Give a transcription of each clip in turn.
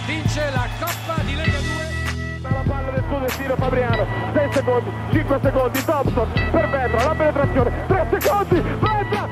vince la Coppa di Lega 2. La palla del suo destino Fabriano, 6 secondi, 5 secondi, Thompson per Vetra, la penetrazione, 3 secondi, Vetra,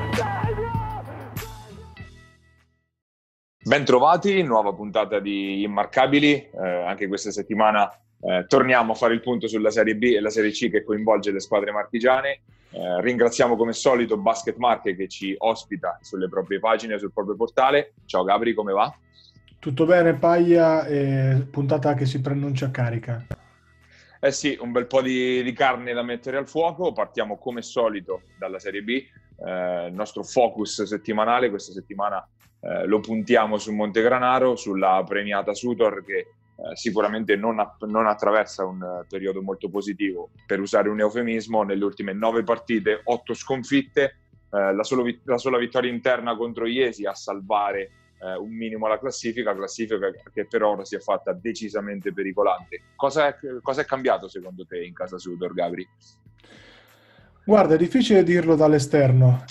Bentrovati, nuova puntata di Immarcabili, anche questa settimana torniamo a fare il punto sulla Serie B e la Serie C che coinvolge le squadre marchigiane. Ringraziamo come solito Basket Marche che ci ospita sulle proprie pagine, sul proprio portale. Ciao Gabri, come va? Tutto bene, Paglia, puntata che si preannuncia carica. Eh sì, un bel po' di carne da mettere al fuoco. Partiamo come solito dalla Serie B, il nostro focus settimanale. Questa settimana lo puntiamo su Montegranaro, sulla premiata Sutor che sicuramente non attraversa un periodo molto positivo, per usare un eufemismo. Nelle ultime 9 partite, 8 sconfitte, la sola vittoria interna contro Iesi a salvare un minimo la classifica che per ora si è fatta decisamente pericolante. Cosa è cambiato secondo te in casa Sutor, Gabri? Guarda, è difficile dirlo dall'esterno.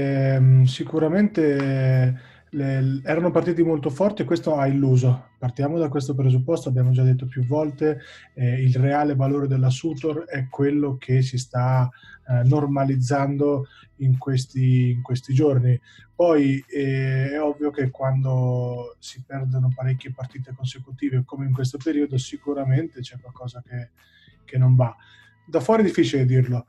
Sicuramente erano partiti molto forti e questo ha illuso. Partiamo da questo presupposto, abbiamo già detto più volte, il reale valore della Sutor è quello che si sta normalizzando in questi giorni. Poi è ovvio che quando si perdono parecchie partite consecutive come in questo periodo sicuramente c'è qualcosa che non va. Da fuori è difficile dirlo.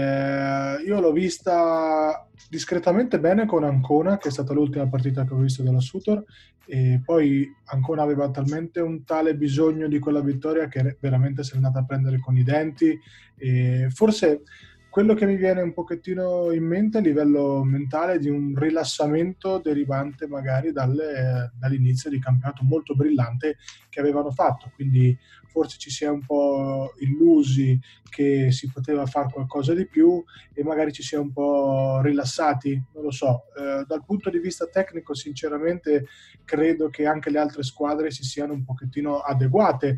Io l'ho vista discretamente bene con Ancona, che è stata l'ultima partita che ho visto della Sutor, e poi Ancona aveva talmente un tale bisogno di quella vittoria che veramente si è andata a prendere con i denti. E forse quello che mi viene un pochettino in mente a livello mentale è di un rilassamento derivante magari dall'inizio di campionato molto brillante che avevano fatto, quindi forse ci si è un po' illusi che si poteva fare qualcosa di più e magari ci si è un po' rilassati, non lo so. Dal punto di vista tecnico sinceramente credo che anche le altre squadre si siano un pochettino adeguate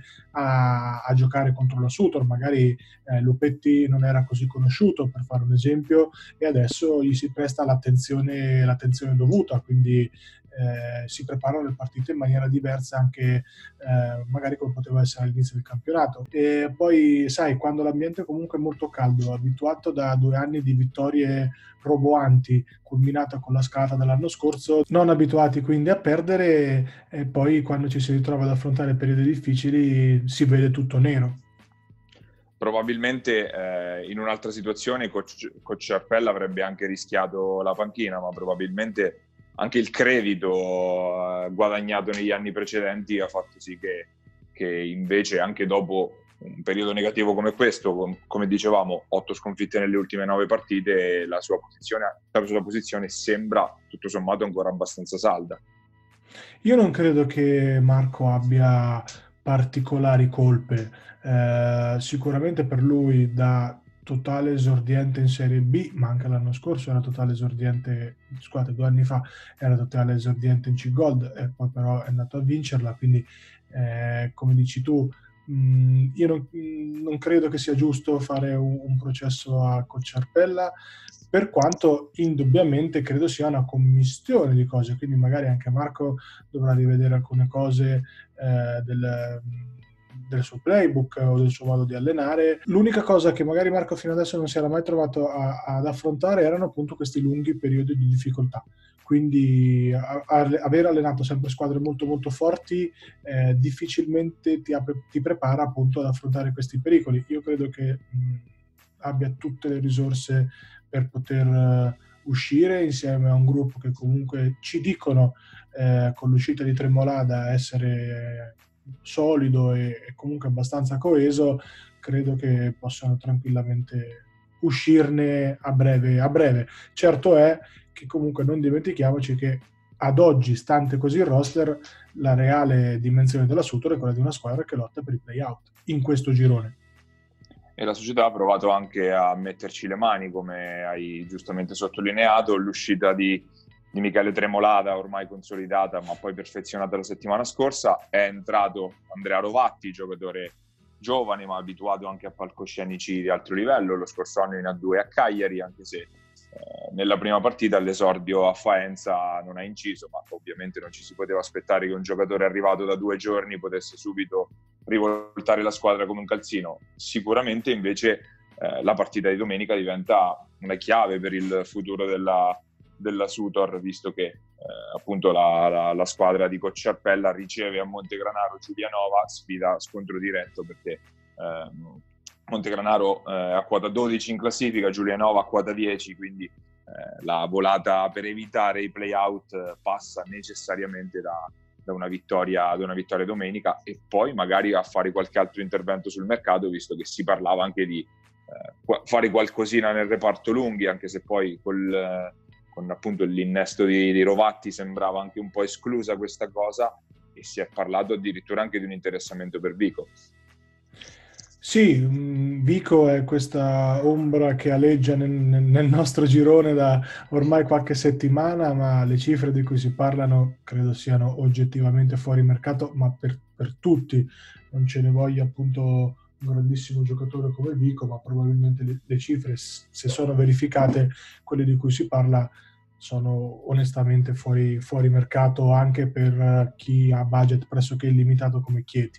a giocare contro la Sutor. Magari Lupetti non era così conosciuto, per fare un esempio, e adesso gli si presta l'attenzione dovuta, quindi si preparano le partite in maniera diversa anche magari come poteva essere all'inizio del campionato. E poi sai, quando l'ambiente è comunque molto caldo, abituato da 2 anni di vittorie roboanti, culminata con la scalata dell'anno scorso, non abituati quindi a perdere, e poi quando ci si ritrova ad affrontare periodi difficili si vede tutto nero. Probabilmente in un'altra situazione coach Arpella avrebbe anche rischiato la panchina, ma probabilmente anche il credito guadagnato negli anni precedenti ha fatto sì che invece anche dopo un periodo negativo come questo, come dicevamo, 8 sconfitte nelle ultime 9 partite, la sua posizione sembra tutto sommato ancora abbastanza salda. Io non credo che Marco abbia particolari colpe. Sicuramente per lui da totale esordiente in Serie B, ma anche l'anno scorso era totale esordiente, scusate, 2 anni fa era totale esordiente in C-Gold e poi però è andato a vincerla, quindi come dici tu, io non credo che sia giusto fare un processo a Coach Arpella, per quanto indubbiamente credo sia una commistione di cose, quindi magari anche Marco dovrà rivedere alcune cose del suo playbook o del suo modo di allenare. L'unica cosa che magari Marco fino adesso non si era mai trovato ad affrontare erano appunto questi lunghi periodi di difficoltà. Quindi aver allenato sempre squadre molto molto forti difficilmente ti prepara appunto ad affrontare questi pericoli. Io credo che abbia tutte le risorse per poter uscire insieme a un gruppo che comunque ci dicono con l'uscita di Tremolada essere solido e comunque abbastanza coeso. Credo che possano tranquillamente uscirne a breve. Certo è che comunque non dimentichiamoci che ad oggi, stante così il roster, la reale dimensione della Sutor è quella di una squadra che lotta per i play-out in questo girone. E la società ha provato anche a metterci le mani, come hai giustamente sottolineato. L'uscita di Michele Tremolada, ormai consolidata ma poi perfezionata la settimana scorsa, è entrato Andrea Rovatti, giocatore giovane ma abituato anche a palcoscenici di alto livello. Lo scorso anno in A2 a Cagliari, anche se nella prima partita l'esordio a Faenza non ha inciso, ma ovviamente non ci si poteva aspettare che un giocatore arrivato da 2 giorni potesse subito rivoltare la squadra come un calzino. Sicuramente invece la partita di domenica diventa una chiave per il futuro della Sutor, visto che appunto la squadra di Cocciarpella riceve a Montegranaro Giulianova, sfida scontro diretto perché Montegranaro è a quota 12 in classifica, Giulianova a quota 10, quindi la volata per evitare i play-out passa necessariamente da una vittoria domenica, e poi magari a fare qualche altro intervento sul mercato, visto che si parlava anche di fare qualcosina nel reparto lunghi, anche se poi con appunto l'innesto di Rovatti sembrava anche un po' esclusa questa cosa, e si è parlato addirittura anche di un interessamento per Vico. Sì, Vico è questa ombra che aleggia nel nostro girone da ormai qualche settimana, ma le cifre di cui si parlano credo siano oggettivamente fuori mercato, ma per tutti. Non ce ne voglia appunto un grandissimo giocatore come Vico, ma probabilmente le cifre, se sono verificate, quelle di cui si parla, sono onestamente fuori mercato anche per chi ha budget pressoché illimitato come Chieti.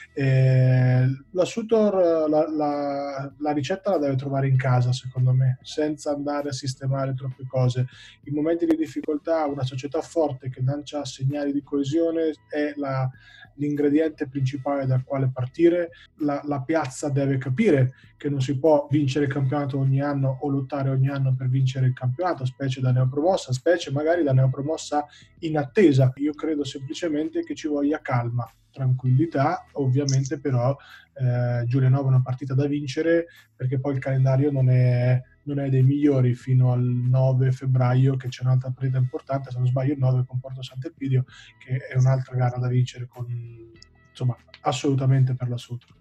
La Sutor la ricetta la deve trovare in casa, secondo me, senza andare a sistemare troppe cose. In momenti di difficoltà una società forte che lancia segnali di coesione è l'ingrediente principale dal quale partire. La piazza deve capire che non si può vincere il campionato ogni anno o lottare ogni anno per vincere il campionato, specie da neopromossa, specie magari da neopromossa in attesa. Io credo semplicemente che ci voglia calma, tranquillità, ovviamente, però Giulianova è una partita da vincere, perché poi il calendario non è dei migliori fino al 9 febbraio, che c'è un'altra partita importante, se non sbaglio il 9 con Porto Sant'Elpidio, che è un'altra gara da vincere, insomma, assolutamente per la Sutor.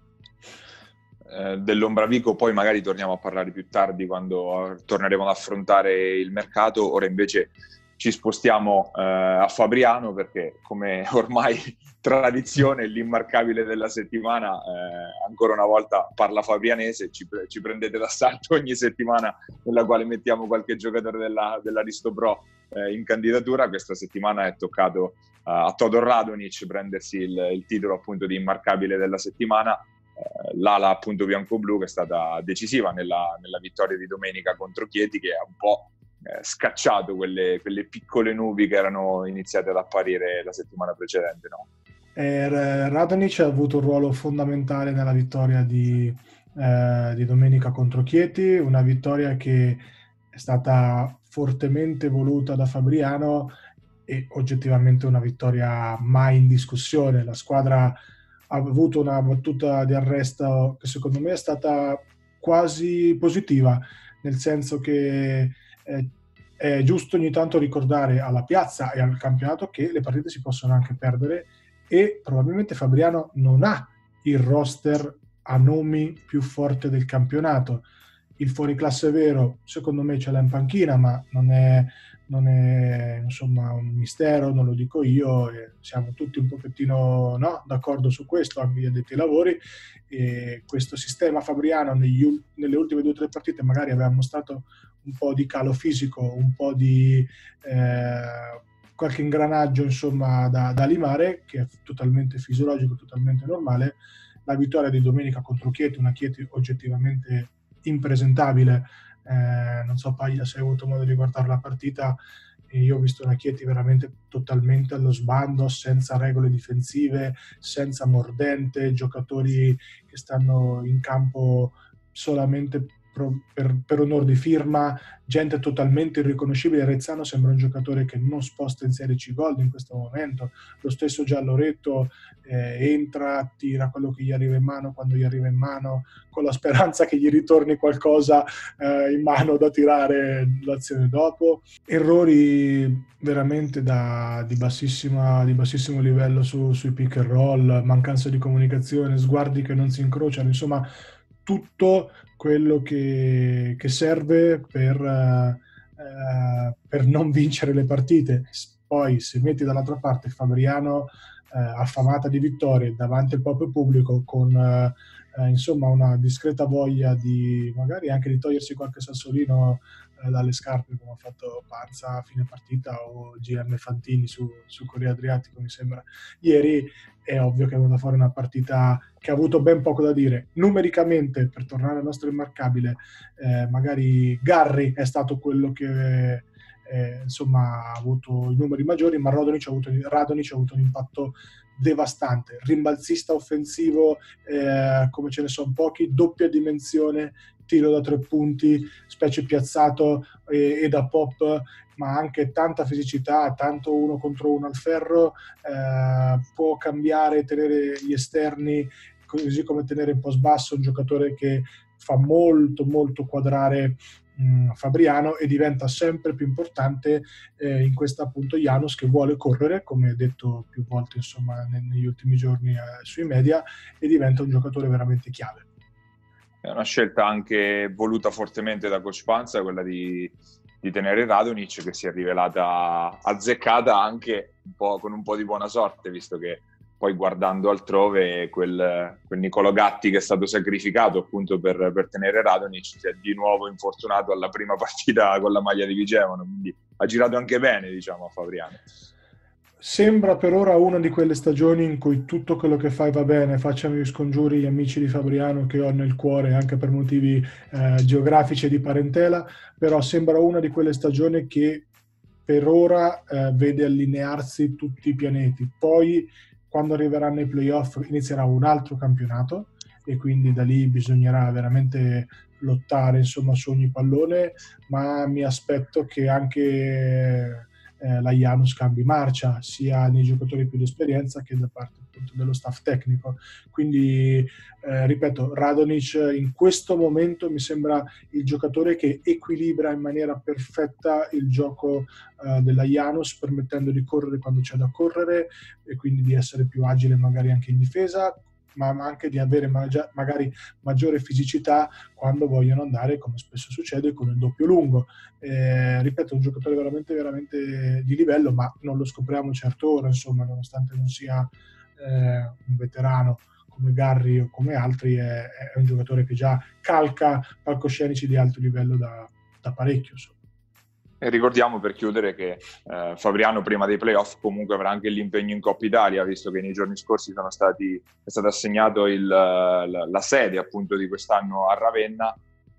Dell'Ombra Vico poi magari torniamo a parlare più tardi, quando torneremo ad affrontare il mercato. Ora invece ci spostiamo a Fabriano, perché come ormai tradizione l'immarcabile della settimana ancora una volta parla fabrianese. Ci prendete d'assalto ogni settimana nella quale mettiamo qualche giocatore dell'Aristo Pro in candidatura. Questa settimana è toccato a Todor Radonic prendersi il titolo appunto di immarcabile della settimana. L'ala appunto bianco-blu, che è stata decisiva nella vittoria di domenica contro Chieti, che ha un po' scacciato quelle piccole nubi che erano iniziate ad apparire la settimana precedente, no? Radonic ha avuto un ruolo fondamentale nella vittoria di domenica contro Chieti, una vittoria che è stata fortemente voluta da Fabriano e oggettivamente una vittoria mai in discussione. La squadra ha avuto una battuta di arresto che secondo me è stata quasi positiva, nel senso che è giusto ogni tanto ricordare alla piazza e al campionato che le partite si possono anche perdere, e probabilmente Fabriano non ha il roster a nomi più forte del campionato. Il fuoriclasse vero secondo me ce l'ha in panchina, ma non è insomma un mistero, non lo dico io, siamo tutti un pochettino d'accordo su questo, anche gli addetti ai lavori. E questo sistema Fabriano nelle ultime 2 o 3 partite magari aveva mostrato un po' di calo fisico, un po' di qualche ingranaggio insomma da limare, che è totalmente fisiologico, totalmente normale. La vittoria di domenica contro Chieti, una Chieti oggettivamente impresentabile. Non so Paglia se hai avuto modo di guardare la partita, e io ho visto una Chieti veramente totalmente allo sbando, senza regole difensive, senza mordente, giocatori che stanno in campo solamente per onor di firma, gente totalmente irriconoscibile. Rezzano sembra un giocatore che non sposta in Serie C gol in questo momento. Lo stesso Gialloretto entra, tira quello che gli arriva in mano quando gli arriva in mano, con la speranza che gli ritorni qualcosa in mano da tirare l'azione dopo. Errori veramente di bassissimo livello sui pick and roll, mancanza di comunicazione, sguardi che non si incrociano, insomma tutto quello che serve per non vincere le partite. Poi se metti dall'altra parte Fabriano affamata di vittorie davanti al proprio pubblico, con insomma una discreta voglia di magari anche di togliersi qualche sassolino dalle scarpe, come ha fatto Panza a fine partita o GM Fantini su Corriere Adriatico, mi sembra ieri. È ovvio che è venuta fuori una partita che ha avuto ben poco da dire. Numericamente, per tornare al nostro immarcabile, magari Garri è stato quello che insomma ha avuto i numeri maggiori, ma Radonjic ha avuto un impatto devastante, rimbalzista offensivo come ce ne sono pochi, doppia dimensione, tiro da 3 punti, specie piazzato e da pop, ma anche tanta fisicità, tanto 1 contro 1 al ferro, può cambiare, tenere gli esterni, così come tenere in post basso, un giocatore che fa molto molto quadrare Fabriano, e diventa sempre più importante in questa appunto Janus, che vuole correre, come detto più volte insomma negli ultimi giorni sui media, e diventa un giocatore veramente chiave. È una scelta anche voluta fortemente da Coach Panza, quella di tenere Radonjic, che si è rivelata azzeccata anche con un po' di buona sorte, visto che poi guardando altrove quel Nicolo Gatti che è stato sacrificato appunto per tenere Radonjic si è di nuovo infortunato alla prima partita con la maglia di Vigevano, quindi ha girato anche bene, diciamo, a Fabriano. Sembra per ora una di quelle stagioni in cui tutto quello che fai va bene. Facciamo gli scongiuri gli amici di Fabriano che ho nel cuore anche per motivi geografici e di parentela, però sembra una di quelle stagioni che per ora vede allinearsi tutti i pianeti. Poi quando arriveranno i playoff inizierà un altro campionato e quindi da lì bisognerà veramente lottare insomma su ogni pallone, ma mi aspetto che anche la Janus cambi marcia sia nei giocatori più di esperienza che da parte appunto dello staff tecnico. Quindi ripeto, Radonjic in questo momento mi sembra il giocatore che equilibra in maniera perfetta il gioco della Janus, permettendo di correre quando c'è da correre e quindi di essere più agile magari anche in difesa, ma anche di avere magari maggiore fisicità quando vogliono andare, come spesso succede, con il doppio lungo. Ripeto, un giocatore veramente, veramente di livello, ma non lo scopriamo certo ora, insomma, nonostante non sia un veterano come Garri o come altri, è un giocatore che già calca palcoscenici di alto livello da parecchio, insomma. E ricordiamo, per chiudere, che Fabriano prima dei playoff comunque avrà anche l'impegno in Coppa Italia, visto che nei giorni scorsi è stato assegnato la sede appunto di quest'anno a Ravenna,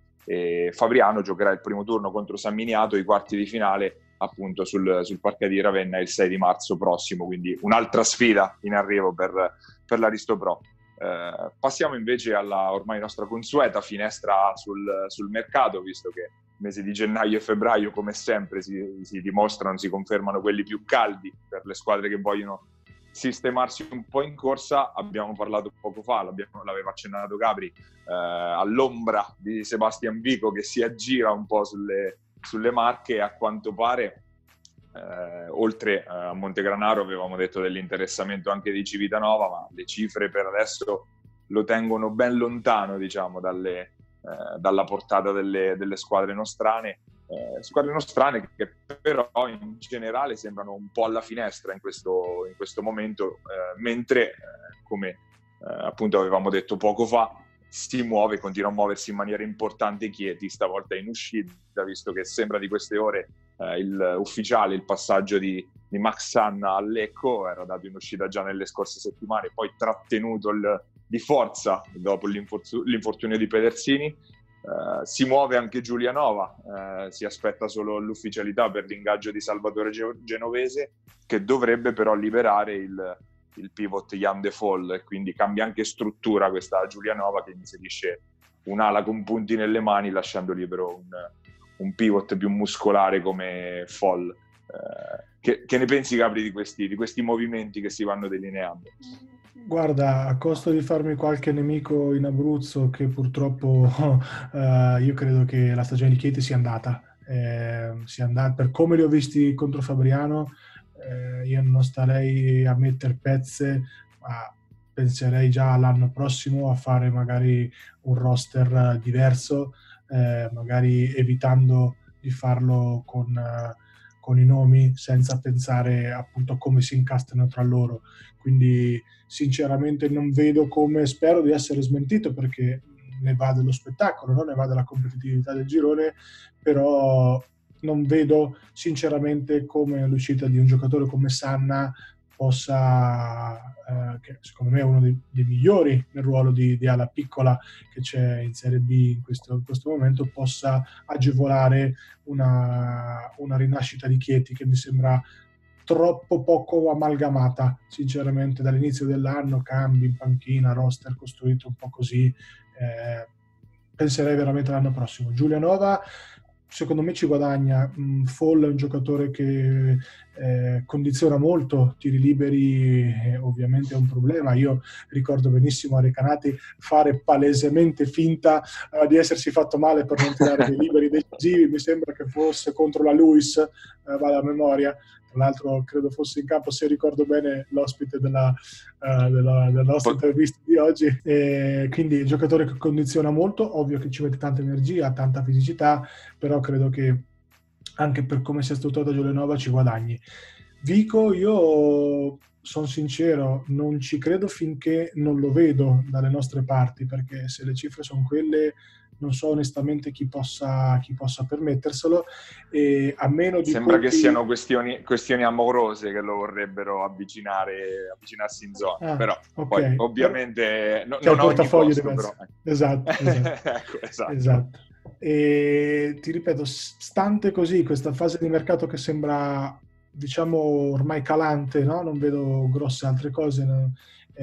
e Fabriano giocherà il primo turno contro San Miniato, i quarti di finale appunto sul parquet di Ravenna il 6 di marzo prossimo, quindi un'altra sfida in arrivo per l'Aristopro. Passiamo invece alla ormai nostra consueta finestra sul mercato, visto che mesi di gennaio e febbraio, come sempre, si dimostrano, si confermano quelli più caldi per le squadre che vogliono sistemarsi un po' in corsa. Abbiamo parlato poco fa, l'aveva accennato Gabri, all'ombra di Sebastian Vico che si aggira un po' sulle Marche, e a quanto pare oltre a Montegranaro avevamo detto dell'interessamento anche di Civitanova, ma le cifre per adesso lo tengono ben lontano, diciamo, dalla portata delle squadre nostrane, che però in generale sembrano un po' alla finestra in questo momento, mentre come appunto avevamo detto poco fa, continua a muoversi in maniera importante Chieti, stavolta in uscita, visto che sembra di queste ore il passaggio di Max Sanna a Lecco era dato in uscita già nelle scorse settimane, poi trattenuto di forza dopo l'infortunio di Pedersini. Si muove anche Giulianova, si aspetta solo l'ufficialità per l'ingaggio di Salvatore Genovese, che dovrebbe però liberare il pivot Jan De Vol, e quindi cambia anche struttura questa Giulianova, che inserisce un'ala con punti nelle mani, lasciando libero un pivot più muscolare come Fall. Che ne pensi, Gabri, di questi movimenti che si vanno delineando? Guarda, a costo di farmi qualche nemico in Abruzzo, che purtroppo io credo che la stagione di Chieti sia andata. Per come li ho visti contro Fabriano, io non starei a mettere pezze, ma penserei già l'anno prossimo a fare magari un roster diverso, magari evitando di farlo con con i nomi senza pensare appunto a come si incastrano tra loro. Quindi sinceramente non vedo come, spero di essere smentito perché ne va dello spettacolo, no? Ne va della competitività del girone, però non vedo sinceramente come l'uscita di un giocatore come Sanna possa, che secondo me è uno dei migliori nel ruolo di ala piccola che c'è in Serie B in questo momento, possa agevolare una rinascita di Chieti che mi sembra troppo poco amalgamata, sinceramente, dall'inizio dell'anno, cambi in panchina, roster costruito un po' così, penserei veramente l'anno prossimo. Giulianova secondo me ci guadagna. Fall è un giocatore che condiziona molto, tiri liberi ovviamente è un problema. Io ricordo benissimo a Recanati fare palesemente finta di essersi fatto male per non tirare dei liberi decisivi, mi sembra che fosse contro la Luis, vado a memoria. Tra l'altro credo fosse in campo, se ricordo bene, l'ospite della nostra intervista di oggi. Quindi il giocatore che condiziona molto, ovvio che ci mette tanta energia, tanta fisicità, però credo che anche per come si è strutturata Giulianova ci guadagni. Vico, io sono sincero, non ci credo finché non lo vedo dalle nostre parti, perché se le cifre sono quelle non so onestamente chi possa permetterselo, e a meno di sembra che siano questioni amorose che lo vorrebbero avvicinarsi in zona, però okay. Poi ovviamente non a ogni costo, però. Esatto. Ecco, esatto. E ti ripeto, stante così questa fase di mercato che sembra diciamo ormai calante, no? Non vedo grosse altre cose, no?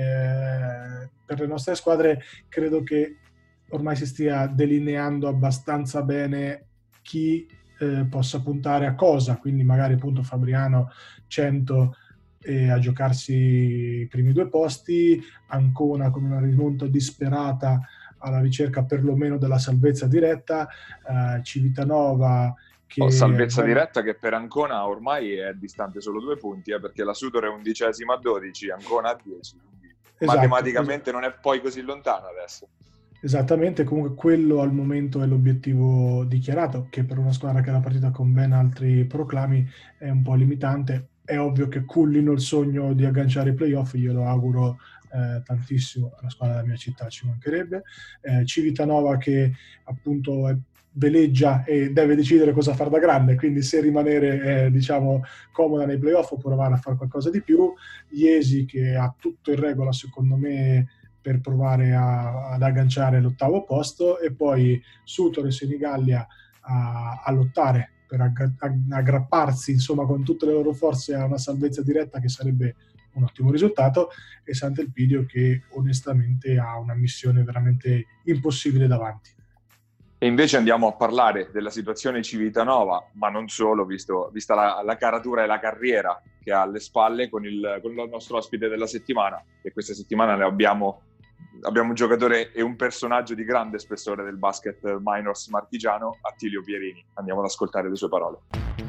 Per le nostre squadre credo che ormai si stia delineando abbastanza bene chi possa puntare a cosa, quindi magari appunto Fabriano 100 a giocarsi i primi 2 posti, Ancona con una rimonta disperata alla ricerca perlomeno della salvezza diretta, Civitanova che salvezza diretta che per Ancona ormai è distante solo 2 punti, perché la Sutor è 11ª a 12, Ancona a 10, quindi matematicamente non è poi così lontano adesso. Esattamente, comunque quello al momento è l'obiettivo dichiarato, che per una squadra che è la partita con ben altri proclami è un po' limitante. È ovvio che cullino il sogno di agganciare i playoff, io lo auguro tantissimo alla squadra della mia città, ci mancherebbe. Civitanova che appunto veleggia e deve decidere cosa fare da grande, quindi se rimanere diciamo comoda nei playoff o provare a fare qualcosa di più. Iesi che ha tutto in regola secondo me per provare ad agganciare l'8° posto, e poi Sutor e Senigallia a lottare per aggrapparsi insomma con tutte le loro forze a una salvezza diretta che sarebbe un ottimo risultato, e Sant'Elpidio che onestamente ha una missione veramente impossibile davanti. E invece andiamo a parlare della situazione Civitanova, ma non solo, vista la caratura e la carriera che ha alle spalle con il nostro ospite della settimana, e questa settimana ne abbiamo un giocatore e un personaggio di grande spessore del basket minors marchigiano, Attilio Pierini. Andiamo ad ascoltare le sue parole.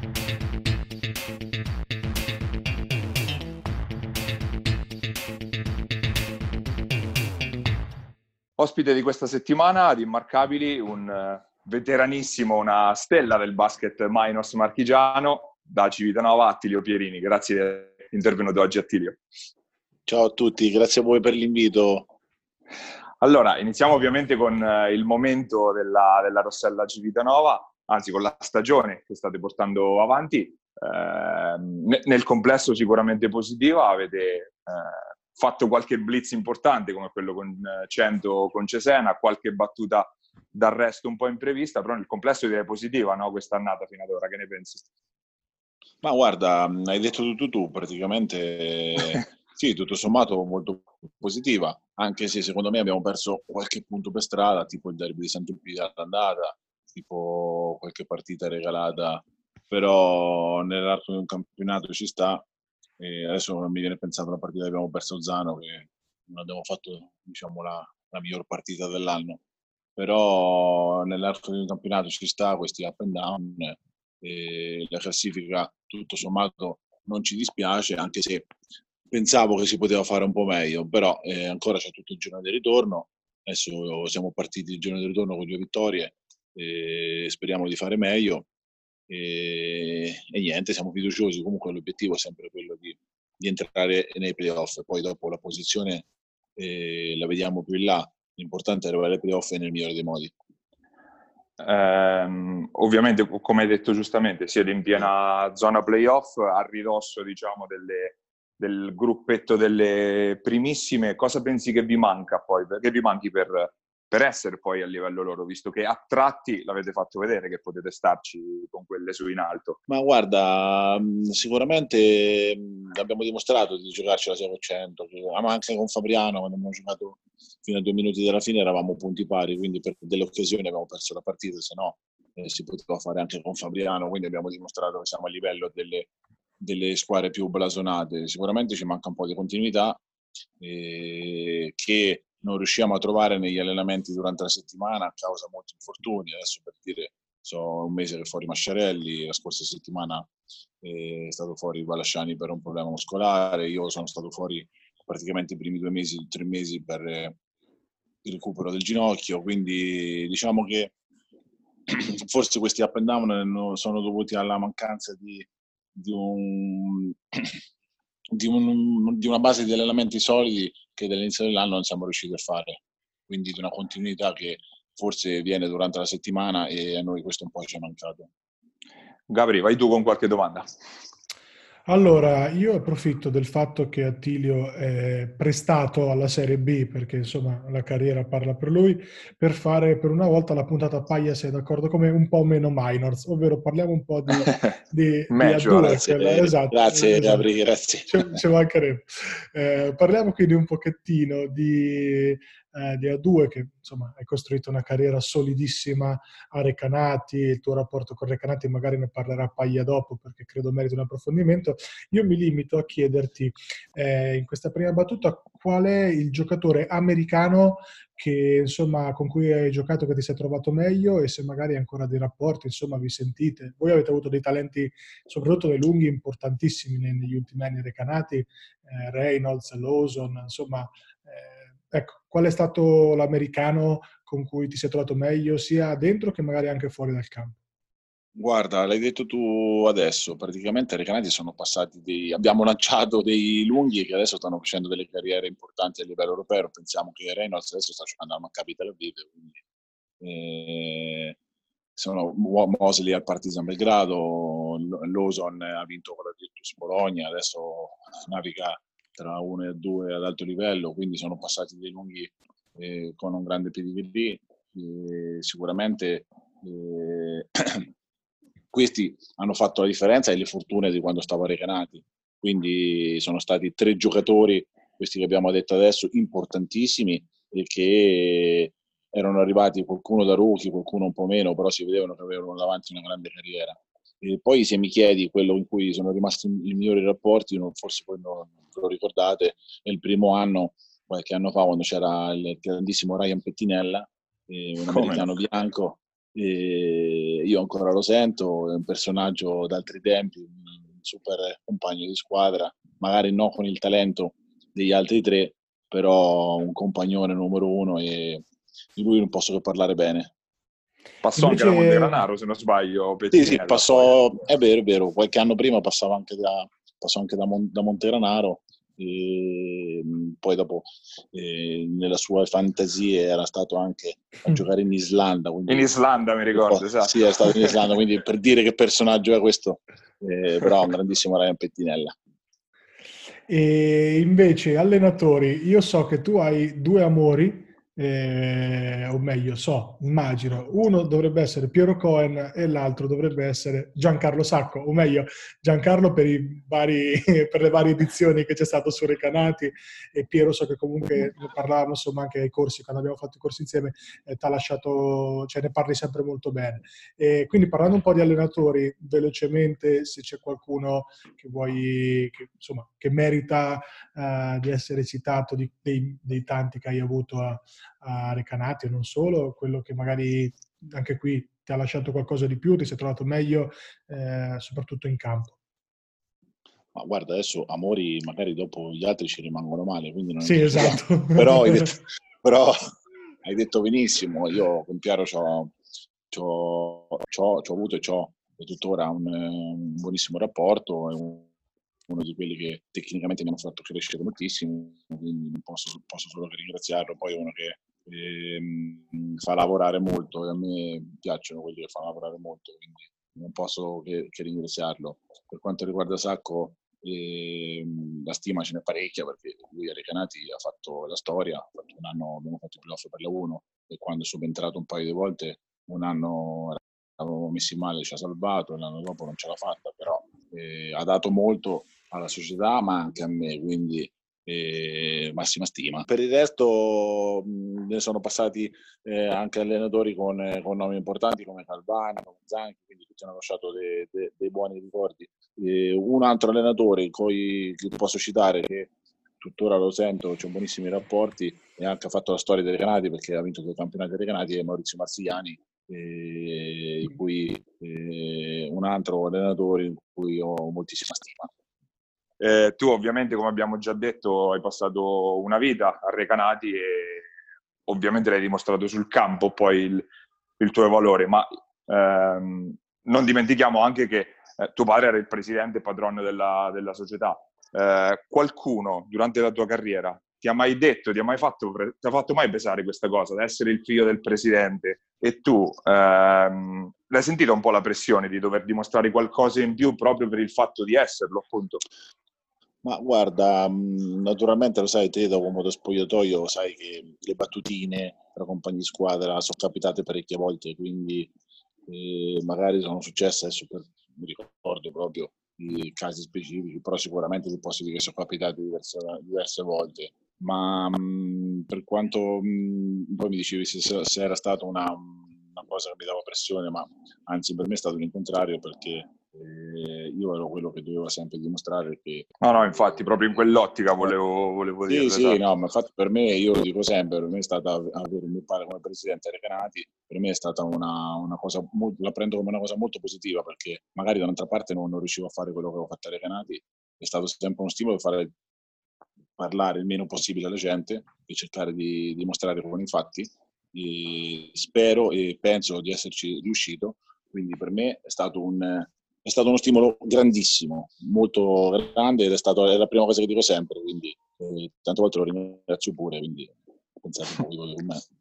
Ospite di questa settimana ad Immarcabili, un veteranissimo, una stella del basket minors marchigiano, da Civitanova, Attilio Pierini. Grazie di essere intervenuto oggi, Attilio. Ciao a tutti, grazie a voi per l'invito. Allora, iniziamo ovviamente con il momento della Rossella Civitanova, anzi con la stagione che state portando avanti. Nel complesso sicuramente positiva, avete fatto qualche blitz importante come quello con 100 con Cesena, qualche battuta d'arresto un po' imprevista, però nel complesso direi positiva, no? Questa annata fino ad ora, che ne pensi? Ma guarda, hai detto tutto tu, praticamente sì, tutto sommato molto positiva, anche se secondo me abbiamo perso qualche punto per strada, tipo il derby di Sant'Elpidio all'andata, tipo qualche partita regalata, però nell'arco di un campionato ci sta. E adesso non mi viene pensato la partita che abbiamo perso Zano, che non abbiamo fatto diciamo la miglior partita dell'anno, però nell'arco di un campionato ci sta questi up and down, e la classifica tutto sommato non ci dispiace, anche se pensavo che si poteva fare un po' meglio, però ancora c'è tutto il giorno di ritorno. Adesso siamo partiti il giorno di ritorno con 2 vittorie e speriamo di fare meglio. e niente, siamo fiduciosi. Comunque l'obiettivo è sempre quello di entrare nei playoff, poi dopo la posizione la vediamo più in là, l'importante è arrivare ai playoff nel migliore dei modi. Ovviamente, come hai detto giustamente, siete in piena zona playoff, a ridosso, diciamo, del gruppetto delle primissime. Cosa pensi che vi manca poi? Che vi manchi per essere poi a livello loro, visto che a tratti l'avete fatto vedere che potete starci con quelle su in alto? Ma guarda, sicuramente abbiamo dimostrato di giocarci la 600, ma anche con Fabriano, quando abbiamo giocato fino a 2 minuti dalla fine eravamo punti pari, quindi per delle occasioni abbiamo perso la partita, se no si poteva fare anche con Fabriano, quindi abbiamo dimostrato che siamo a livello delle squadre più blasonate. Sicuramente ci manca un po' di continuità che non riusciamo a trovare negli allenamenti durante la settimana a causa di molti infortuni. Adesso, per dire, so un mese che è fuori Masciarelli, la scorsa settimana è stato fuori Balasciani per un problema muscolare, io sono stato fuori praticamente i primi 2 mesi, 3 mesi per il recupero del ginocchio, quindi diciamo che forse questi up and down sono dovuti alla mancanza di una base di allenamenti solidi che dall'inizio dell'anno non siamo riusciti a fare, quindi di una continuità che forse viene durante la settimana e a noi questo un po' ci è mancato. Gabri, vai tu con qualche domanda. Allora, io approfitto del fatto che Attilio è prestato alla Serie B, perché insomma la carriera parla per lui, per fare per una volta la puntata Paglia, sei d'accordo con me, un po' meno minors, ovvero parliamo un po' di Major. A2. Esatto, grazie esatto. Gabri, grazie. Ci mancherebbe. Parliamo quindi un pochettino di A2, che insomma hai costruito una carriera solidissima a Recanati, il tuo rapporto con Recanati magari ne parlerà Paglia dopo, perché credo meriti un approfondimento. Io mi limito a chiederti in questa prima battuta qual è il giocatore americano che insomma con cui hai giocato, che ti sei trovato meglio, e se magari hai ancora dei rapporti, insomma vi sentite. Voi avete avuto dei talenti, soprattutto dei lunghi, importantissimi negli ultimi anni Recanati, Reynolds, Lawson, insomma ecco, qual è stato l'americano con cui ti sei trovato meglio sia dentro che magari anche fuori dal campo? Guarda, l'hai detto tu adesso, praticamente ai Recanati sono passati abbiamo lanciato dei lunghi che adesso stanno facendo delle carriere importanti a livello europeo. Pensiamo che Reynolds adesso sta giocando al Maccabi Tel Aviv, quindi sono Mosley al Partizan Belgrado, Lawson ha vinto con la Virtus Bologna, adesso naviga tra 1 e 2 ad alto livello, quindi sono passati dei lunghi con un grande pedigree. Sicuramente questi hanno fatto la differenza e le fortune di quando stavo a Recanati, quindi sono stati 3 giocatori, questi che abbiamo detto adesso, importantissimi e che erano arrivati, qualcuno da rookie, qualcuno un po' meno, però si vedevano che avevano davanti una grande carriera. E poi se mi chiedi quello in cui sono rimasti i migliori rapporti, forse poi non lo ricordate, è il primo anno, qualche anno fa, quando c'era il grandissimo Ryan Pettinella, un americano bianco. Io ancora lo sento, è un personaggio d'altri tempi, un super compagno di squadra, magari non con il talento degli altri 3, però un compagnone numero 1 e di lui non posso che parlare bene. Passò anche da Montegranaro, se non sbaglio. Sì, passò, è vero, qualche anno prima passò anche da Montegranaro. E poi dopo nella sua fantasia era stato anche a giocare in Islanda, quindi, in Islanda mi ricordo, esatto. Sì, è stato in Islanda, quindi per dire che personaggio è questo, però un grandissimo Ryan Pettinella. E invece allenatori, io so che tu hai 2 amori, o meglio immagino, uno dovrebbe essere Piero Cohen e l'altro dovrebbe essere Giancarlo Sacco, o meglio Giancarlo per le varie edizioni che c'è stato su Recanati, e Piero so che comunque ne parlavamo insomma anche ai corsi, quando abbiamo fatto i corsi insieme, ti ha lasciato, cioè ne parli sempre molto bene. E quindi parlando un po' di allenatori, velocemente, se c'è qualcuno che vuoi, che merita di essere citato dei tanti che hai avuto a Recanati e non solo, quello che magari anche qui ti ha lasciato qualcosa di più, ti sei trovato meglio, soprattutto in campo. Ma guarda, adesso amori magari dopo gli altri ci rimangono male, quindi non sì, esatto. però hai detto benissimo, io con Piero c'ho avuto e c'ho e tuttora ha un buonissimo rapporto, è uno di quelli che tecnicamente mi hanno fatto crescere moltissimo, quindi posso solo che ringraziarlo. Poi è uno che fa lavorare molto, e a me piacciono quelli che fanno lavorare molto, quindi non posso che ringraziarlo. Per quanto riguarda Sacco, la stima ce n'è parecchia, perché lui a Recanati ha fatto la storia, ha fatto un anno abbiamo fatto i playoff per la 1 e quando è subentrato un paio di volte, un anno l'avevamo messi male, ci ha salvato, l'anno dopo non ce l'ha fatta, però ha dato molto alla società ma anche a me, quindi massima stima. Per il resto ne sono passati anche allenatori con nomi importanti come Calvani, come Zanchi, quindi tutti hanno lasciato dei buoni ricordi. Un altro allenatore che ti posso citare, che tuttora lo sento, c'è buonissimi rapporti e anche ha fatto la storia dei Recanati, perché ha vinto 2 campionati dei Recanati, è Maurizio Marsigliani, in cui un altro allenatore in cui ho moltissima stima. Tu ovviamente, come abbiamo già detto, hai passato una vita a Recanati e ovviamente l'hai dimostrato sul campo poi il tuo valore, ma non dimentichiamo anche che tuo padre era il presidente e padrone della società. Qualcuno durante la tua carriera ti ha mai detto, ti ha fatto mai pesare questa cosa, di essere il figlio del presidente, e tu l'hai sentita un po' la pressione di dover dimostrare qualcosa in più proprio per il fatto di esserlo, appunto? Ma guarda, naturalmente lo sai, te da uomo da spogliatoio sai che le battutine tra compagni di squadra sono capitate parecchie volte, quindi magari sono successe, adesso mi ricordo proprio i casi specifici, però sicuramente ti posso dire che sono capitate diverse volte. Ma per quanto poi mi dicevi se era stata una cosa che mi dava pressione, ma anzi per me è stato il contrario, perché io ero quello che doveva sempre dimostrare che... No, infatti proprio in quell'ottica volevo dirlo. Sì, esatto. No, ma infatti per me, io lo dico sempre, per me è stata avere mio padre come presidente Recanati, per me è stata una cosa, la prendo come una cosa molto positiva, perché magari dall'altra parte non riuscivo a fare quello che avevo fatto a Recanati, è stato sempre uno stimolo per fare parlare il meno possibile alla gente e cercare di dimostrare con i fatti. E spero e penso di esserci riuscito, quindi per me è stato uno stimolo grandissimo, molto grande, ed è la prima cosa che dico sempre, quindi tante volte lo ringrazio pure, quindi pensate un po' con me.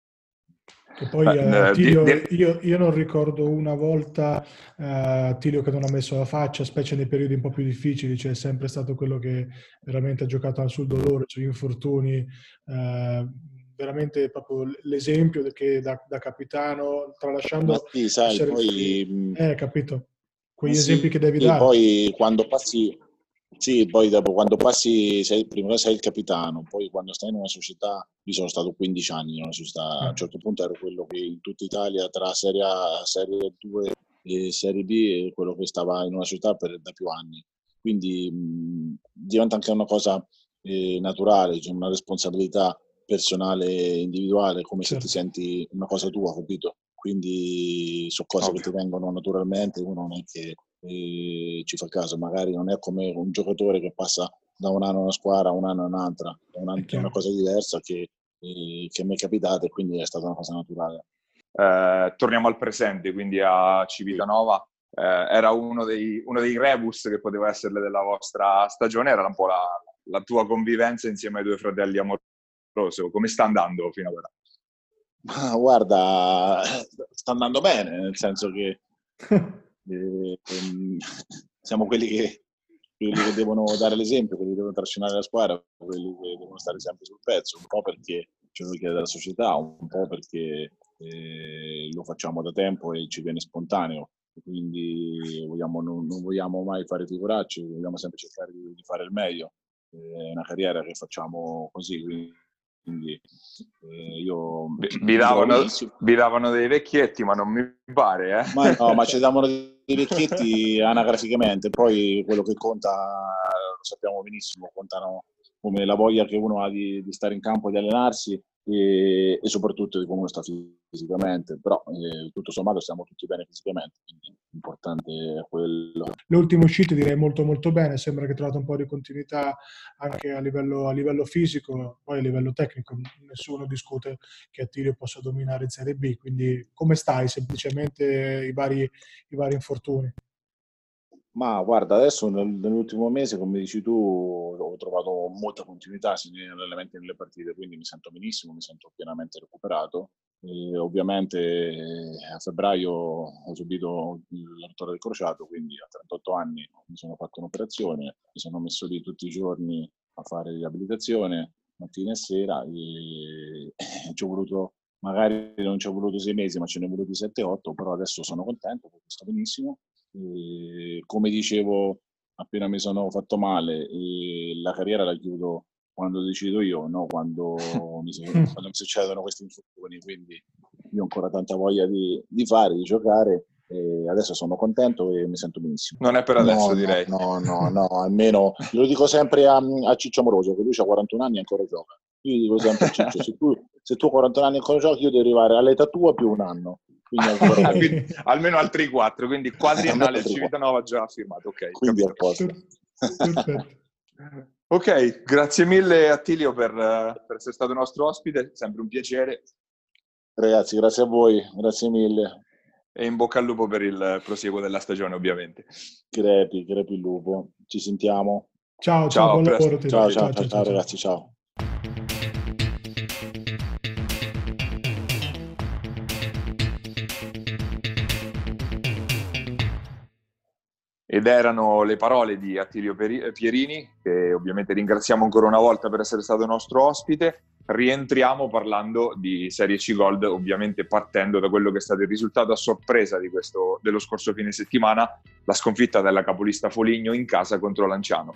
Che poi Tilio, io non ricordo una volta Tilio che non ha messo la faccia, specie nei periodi un po' più difficili, cioè è sempre stato quello che veramente ha giocato sul dolore, sugli infortuni, veramente proprio l'esempio che da capitano, tralasciando... Ma sì, sai, poi... capito? Quegli sì, esempi che devi dare. Poi quando passi... Sì, poi dopo quando passi, prima sei il capitano, poi quando stai in una società, io sono stato 15 anni in una società, a un certo punto ero quello che in tutta Italia tra Serie A, Serie 2 e Serie B, è quello che stava in una società da più anni. Quindi diventa anche una cosa naturale, cioè una responsabilità personale e individuale, come se ti senti una cosa tua, capito? Quindi sono cose che ti vengono naturalmente, uno non è che ci fa caso, magari non è come un giocatore che passa da un anno a una squadra a un anno a un'altra, è una cosa diversa che mi è capitata, e quindi è stata una cosa naturale. Torniamo al presente, quindi a Civitanova. Era uno dei rebus che poteva essere della vostra stagione, era un po' la tua convivenza insieme ai 2 fratelli Amoroso. Come sta andando fino ad ora? Ma guarda, sta andando bene, nel senso che siamo quelli che devono dare l'esempio, quelli che devono trascinare la squadra, quelli che devono stare sempre sul pezzo, un po' perché ce lo richiede la società, un po' perché lo facciamo da tempo e ci viene spontaneo, quindi non vogliamo mai fare figuracce, vogliamo sempre cercare di fare il meglio. È una carriera che facciamo così, quindi io vi davano dei vecchietti, ma non mi pare, Ma no, ma ci davano dei vecchietti anagraficamente, poi quello che conta, lo sappiamo benissimo, contano come la voglia che uno ha di stare in campo, di allenarsi e soprattutto di come uno sta fisicamente, però tutto sommato stiamo tutti bene fisicamente, quindi l'importante è quello. Le ultime uscite direi molto molto bene, sembra che trovate un po' di continuità anche a livello fisico, poi a livello tecnico nessuno discute che Attilio possa dominare in Serie B, quindi come stai? Semplicemente i vari infortuni. Ma guarda, adesso nell'ultimo mese, come dici tu, ho trovato molta continuità sia negli allenamenti e nelle partite, quindi mi sento benissimo, mi sento pienamente recuperato. E ovviamente a febbraio ho subito la rottura del crociato, quindi a 38 anni mi sono fatto un'operazione, mi sono messo lì tutti i giorni a fare riabilitazione, mattina e sera, e ci ho voluto, magari non ci ho voluto 6 mesi, ma ce ne ho voluti 7-8, però adesso sono contento, perché sto benissimo. E come dicevo, appena mi sono fatto male, la carriera la chiudo quando decido io, no? Quando mi succedono questi infortuni, quindi io ho ancora tanta voglia di fare, di giocare, e adesso sono contento e mi sento benissimo. Non è per adesso, direi. No, almeno lo dico sempre a Ciccio Amoroso, che lui ha 41 anni e ancora gioca. Io dico sempre a Ciccio, se tu 41 anni ancora giochi, io devo arrivare all'età tua più un anno. Quindi, almeno altri 4, quindi quadriennale al Civitanova già firmato. Ok, quindi a posto. Ok, grazie mille Attilio per essere stato nostro ospite, sempre un piacere. Ragazzi, grazie a voi, grazie mille. E in bocca al lupo per il prosieguo della stagione, ovviamente. Crepi il lupo. Ci sentiamo. Ciao, buon lavoro. Ciao ragazzi, ciao. Ed erano le parole di Attilio Pierini, che ovviamente ringraziamo ancora una volta per essere stato nostro ospite. Rientriamo parlando di Serie C Gold, ovviamente partendo da quello che è stato il risultato a sorpresa dello scorso fine settimana, la sconfitta della capolista Foligno in casa contro Lanciano.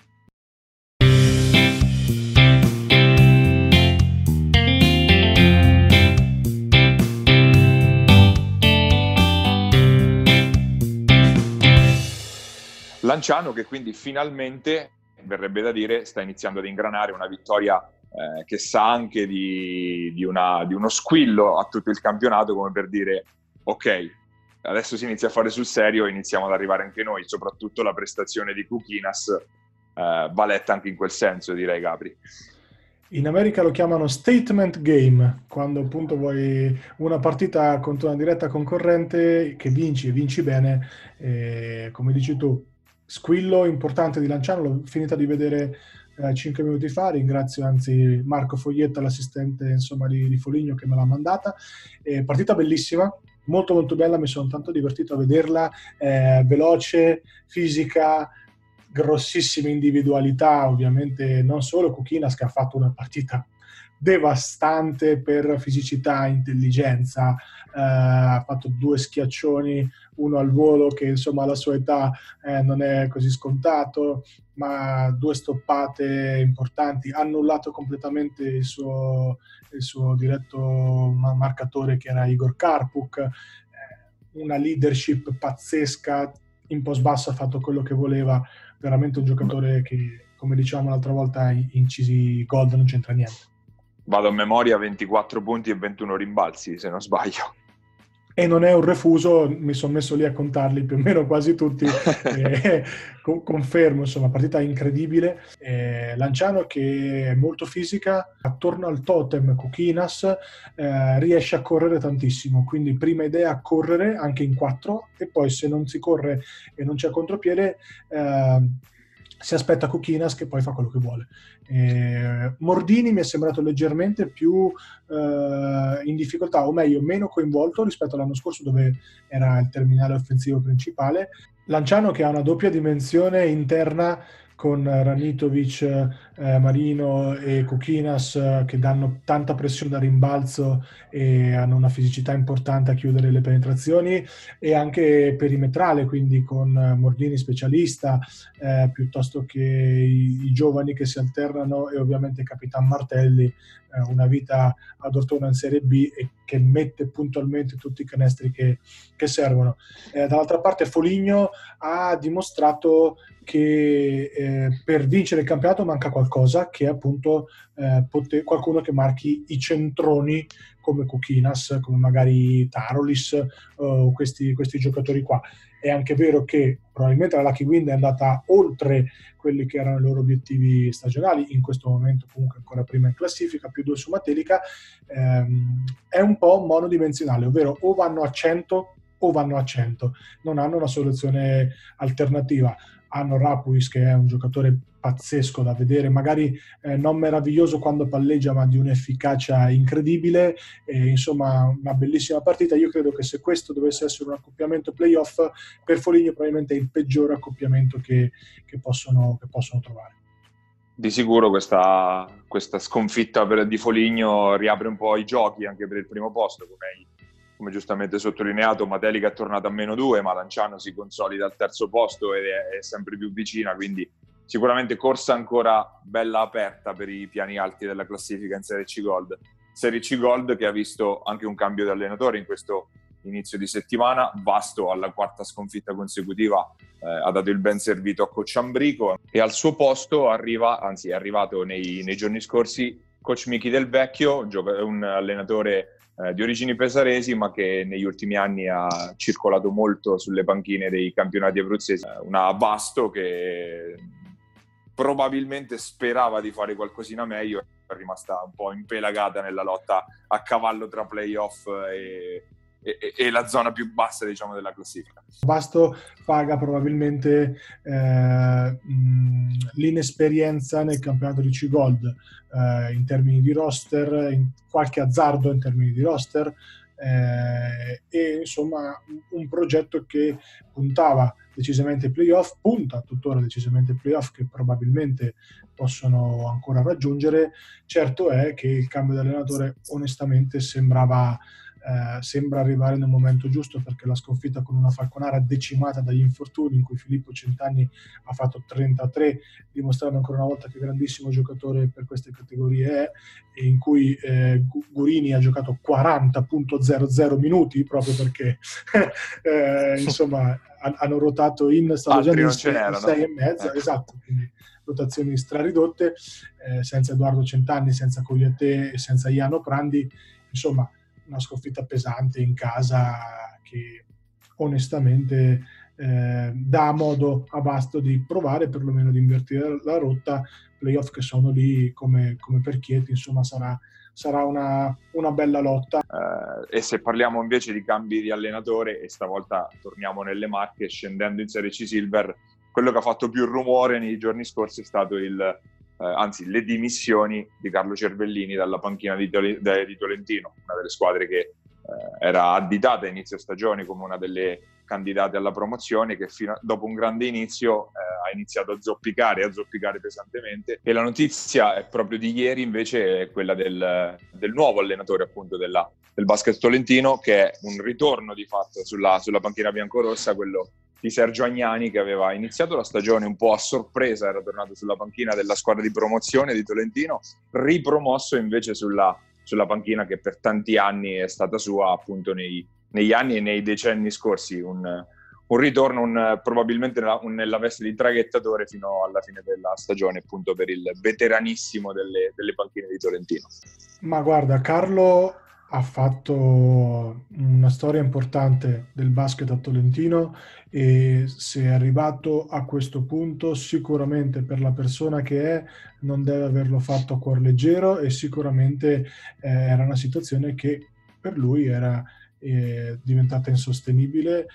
Lanciano che quindi finalmente, verrebbe da dire, sta iniziando ad ingranare una vittoria che sa anche di uno squillo a tutto il campionato, come per dire ok, adesso si inizia a fare sul serio e iniziamo ad arrivare anche noi, soprattutto la prestazione di Kukinas va letta anche in quel senso, direi, Gabri. In America lo chiamano statement game, quando appunto vuoi una partita contro una diretta concorrente che vinci e vinci bene, come dici tu. Squillo importante di Lanciano, l'ho finita di vedere 5 minuti fa, ringrazio anzi Marco Foglietta, l'assistente insomma di Foligno, che me l'ha mandata. Partita bellissima, molto molto bella, mi sono tanto divertito a vederla, veloce, fisica, grossissime individualità, ovviamente non solo Kukinas, che ha fatto una partita devastante per fisicità, intelligenza, ha fatto 2 schiaccioni, uno al volo che insomma alla sua età non è così scontato, ma 2 stoppate importanti, ha annullato completamente il suo diretto marcatore che era Igor Karpuk, una leadership pazzesca, in post basso ha fatto quello che voleva, veramente un giocatore che, come dicevamo l'altra volta, in CC Gold non c'entra niente. Vado a memoria, 24 punti e 21 rimbalzi, se non sbaglio. E non è un refuso, mi sono messo lì a contarli più o meno quasi tutti, confermo, insomma, partita incredibile. Lanciano che è molto fisica, attorno al totem Kukinas riesce a correre tantissimo, quindi prima idea a correre anche in 4 e poi se non si corre e non c'è contropiede si aspetta Kukinas che poi fa quello che vuole. Mordini mi è sembrato leggermente più in difficoltà, o meglio meno coinvolto rispetto all'anno scorso dove era il terminale offensivo principale. Lanciano che ha una doppia dimensione interna con Ranitovic, Marino e Kukinas che danno tanta pressione da rimbalzo e hanno una fisicità importante a chiudere le penetrazioni, e anche perimetrale, quindi con Mordini specialista piuttosto che i giovani che si alternano, e ovviamente Capitan Martelli, una vita ad Ortona in Serie B e che mette puntualmente tutti i canestri che servono. Dall'altra parte Foligno ha dimostrato che per vincere il campionato manca qualcosa, che è appunto qualcuno che marchi i centroni come Kukinas, come magari Tarolis, questi giocatori qua. È anche vero che probabilmente la Lucky Wind è andata oltre quelli che erano i loro obiettivi stagionali, in questo momento comunque ancora prima in classifica, più 2 su Matelica, è un po' monodimensionale, ovvero o vanno a 100 o vanno a 100, non hanno una soluzione alternativa. Hanno Rapuis, che è un giocatore pazzesco da vedere, magari non meraviglioso quando palleggia, ma di un'efficacia incredibile, insomma una bellissima partita. Io credo che se questo dovesse essere un accoppiamento playoff, per Foligno probabilmente è il peggiore accoppiamento che possono trovare. Di sicuro questa sconfitta di Foligno riapre un po' i giochi anche per il primo posto, come giustamente sottolineato. Matelica è tornata a -2, ma Lanciano si consolida al terzo posto ed è sempre più vicina, quindi sicuramente corsa ancora bella aperta per i piani alti della classifica in Serie C Gold. Serie C Gold che ha visto anche un cambio di allenatore in questo inizio di settimana. Vasto, alla 4ª sconfitta consecutiva, ha dato il ben servito a coach Ambrico, e al suo posto è arrivato nei giorni scorsi coach Michi Del Vecchio, un allenatore di origini pesaresi, ma che negli ultimi anni ha circolato molto sulle panchine dei campionati abruzzesi. Una Vasto che probabilmente sperava di fare qualcosina meglio, è rimasta un po' impelagata nella lotta a cavallo tra playoff e la zona più bassa, diciamo, della classifica. Vasto paga probabilmente l'inesperienza nel campionato di C-Gold, in termini di roster, in qualche azzardo in termini di roster, e insomma un progetto che puntava decisamente ai playoff, punta tuttora decisamente ai playoff, che probabilmente possono ancora raggiungere. Certo è che il cambio di allenatore onestamente sembra arrivare nel momento giusto, perché la sconfitta con una Falconara decimata dagli infortuni, in cui Filippo Centanni ha fatto 33, dimostrando ancora una volta che grandissimo giocatore per queste categorie è, e in cui Gurini ha giocato 40.00 minuti, proprio perché insomma hanno rotato stavo già in 6,5, esatto, quindi rotazioni straridotte, senza Edoardo Centanni, senza Cogliate e senza Iano Prandi, insomma una sconfitta pesante in casa che onestamente dà modo a Vasto di provare perlomeno di invertire la rotta. Playoff che sono lì come per Chieti, insomma sarà una bella lotta. E se parliamo invece di cambi di allenatore, e stavolta torniamo nelle Marche, scendendo in Serie C Silver, quello che ha fatto più rumore nei giorni scorsi è stato le dimissioni di Carlo Cervellini dalla panchina di Tolentino, una delle squadre che era additata a inizio stagione come una delle candidate alla promozione, che dopo un grande inizio ha iniziato a zoppicare pesantemente. E la notizia è proprio di ieri invece è quella del nuovo allenatore appunto del basket tolentino, che è un ritorno di fatto sulla panchina biancorossa, quello di Sergio Agnani, che aveva iniziato la stagione un po' a sorpresa, era tornato sulla panchina della squadra di promozione di Tolentino, ripromosso invece sulla panchina che per tanti anni è stata sua, appunto negli anni e nei decenni scorsi. Un ritorno probabilmente nella veste di traghettatore fino alla fine della stagione, appunto per il veteranissimo delle panchine di Tolentino. Ma guarda, Carlo ha fatto una storia importante del basket a Tolentino, e se è arrivato a questo punto sicuramente per la persona che è non deve averlo fatto a cuor leggero, e sicuramente era una situazione che per lui era diventata insostenibile,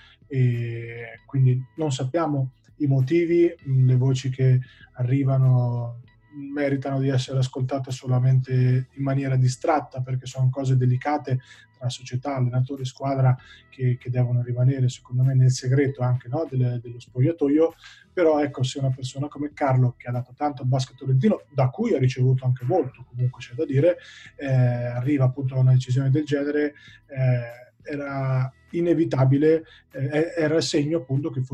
e quindi non sappiamo i motivi. Le voci che arrivano meritano di essere ascoltate solamente in maniera distratta, perché sono cose delicate tra società, allenatori, squadra, che devono rimanere secondo me nel segreto anche, no, dello spogliatoio. Però ecco, se una persona come Carlo, che ha dato tanto al basket tolentino, da cui ha ricevuto anche molto, comunque c'è da dire, arriva appunto a una decisione del genere, era inevitabile, era il segno appunto che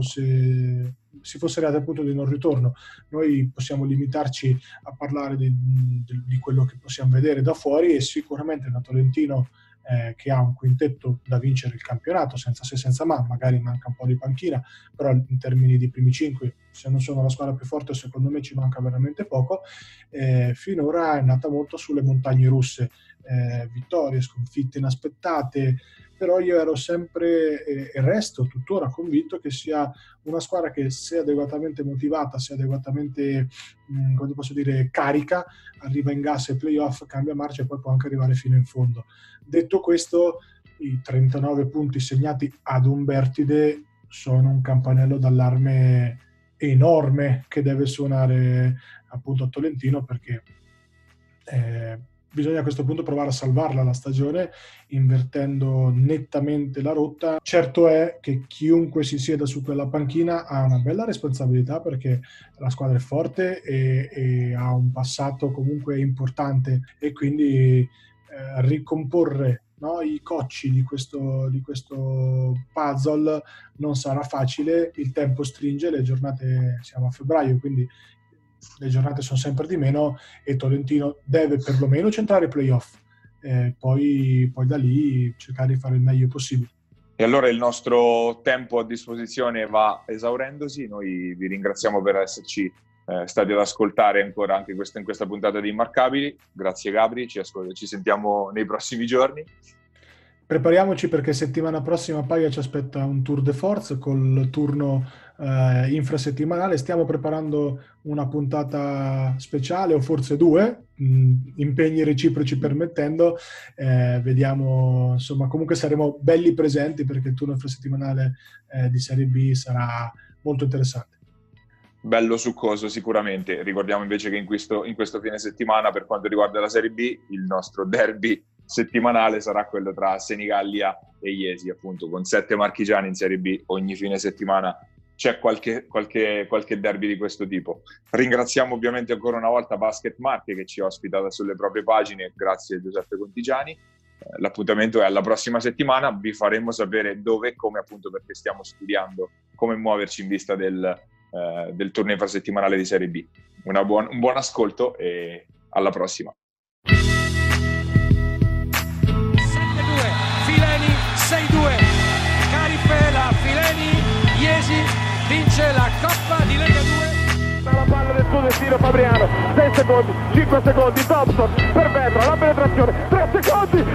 si fosse arrivati al punto di non ritorno. Noi possiamo limitarci a parlare di quello che possiamo vedere da fuori, e sicuramente una Tolentino che ha un quintetto da vincere il campionato senza se senza ma, magari manca un po' di panchina, però in termini di primi 5 se non sono la squadra più forte, secondo me ci manca veramente poco. Finora è nata molto sulle montagne russe, vittorie, sconfitte inaspettate, però io ero sempre e resto tuttora convinto che sia una squadra che, se adeguatamente motivata, se adeguatamente come posso dire, carica, arriva in gas ai playoff, cambia marcia e poi può anche arrivare fino in fondo. Detto questo, i 39 punti segnati ad Umbertide sono un campanello d'allarme enorme che deve suonare appunto a Tolentino, perché bisogna a questo punto provare a salvarla la stagione invertendo nettamente la rotta. Certo è che chiunque si sieda su quella panchina ha una bella responsabilità, perché la squadra è forte e ha un passato comunque importante, e quindi ricomporre, no, i cocci di questo puzzle non sarà facile. Il tempo stringe, le giornate, siamo a febbraio, quindi le giornate sono sempre di meno e Tolentino deve perlomeno centrare i playoff, poi da lì cercare di fare il meglio possibile. E allora il nostro tempo a disposizione va esaurendosi. Noi vi ringraziamo per esserci stati ad ascoltare ancora anche in questa puntata di Immarcabili. Grazie Gabri, ci sentiamo nei prossimi giorni. Prepariamoci, perché settimana prossima Paglia ci aspetta un tour de force col turno infrasettimanale. Stiamo preparando una puntata speciale, o forse due, impegni reciproci permettendo. Vediamo, insomma, comunque saremo belli presenti, perché il turno infrasettimanale di Serie B sarà molto interessante. Bello succoso sicuramente. Ricordiamo invece che in questo fine settimana, per quanto riguarda la Serie B, il nostro derby settimanale sarà quello tra Senigallia e Iesi, appunto, con 7 marchigiani in Serie B. Ogni fine settimana c'è qualche derby di questo tipo. Ringraziamo ovviamente ancora una volta Basket Marche, che ci ha ospitato sulle proprie pagine. Grazie a Giuseppe Contigiani. L'appuntamento è alla prossima settimana. Vi faremo sapere dove e come, appunto, perché stiamo studiando come muoverci in vista del turno infrasettimanale di Serie B. Un buon ascolto e alla prossima. 7-2, Fileni 6-2, Carifela, Fileni, Iesi vince la Coppa di Lega 2. La palla del suo destino Fabriano, 6 secondi, 5 secondi, Thompson per Vetra, la penetrazione, 3 secondi,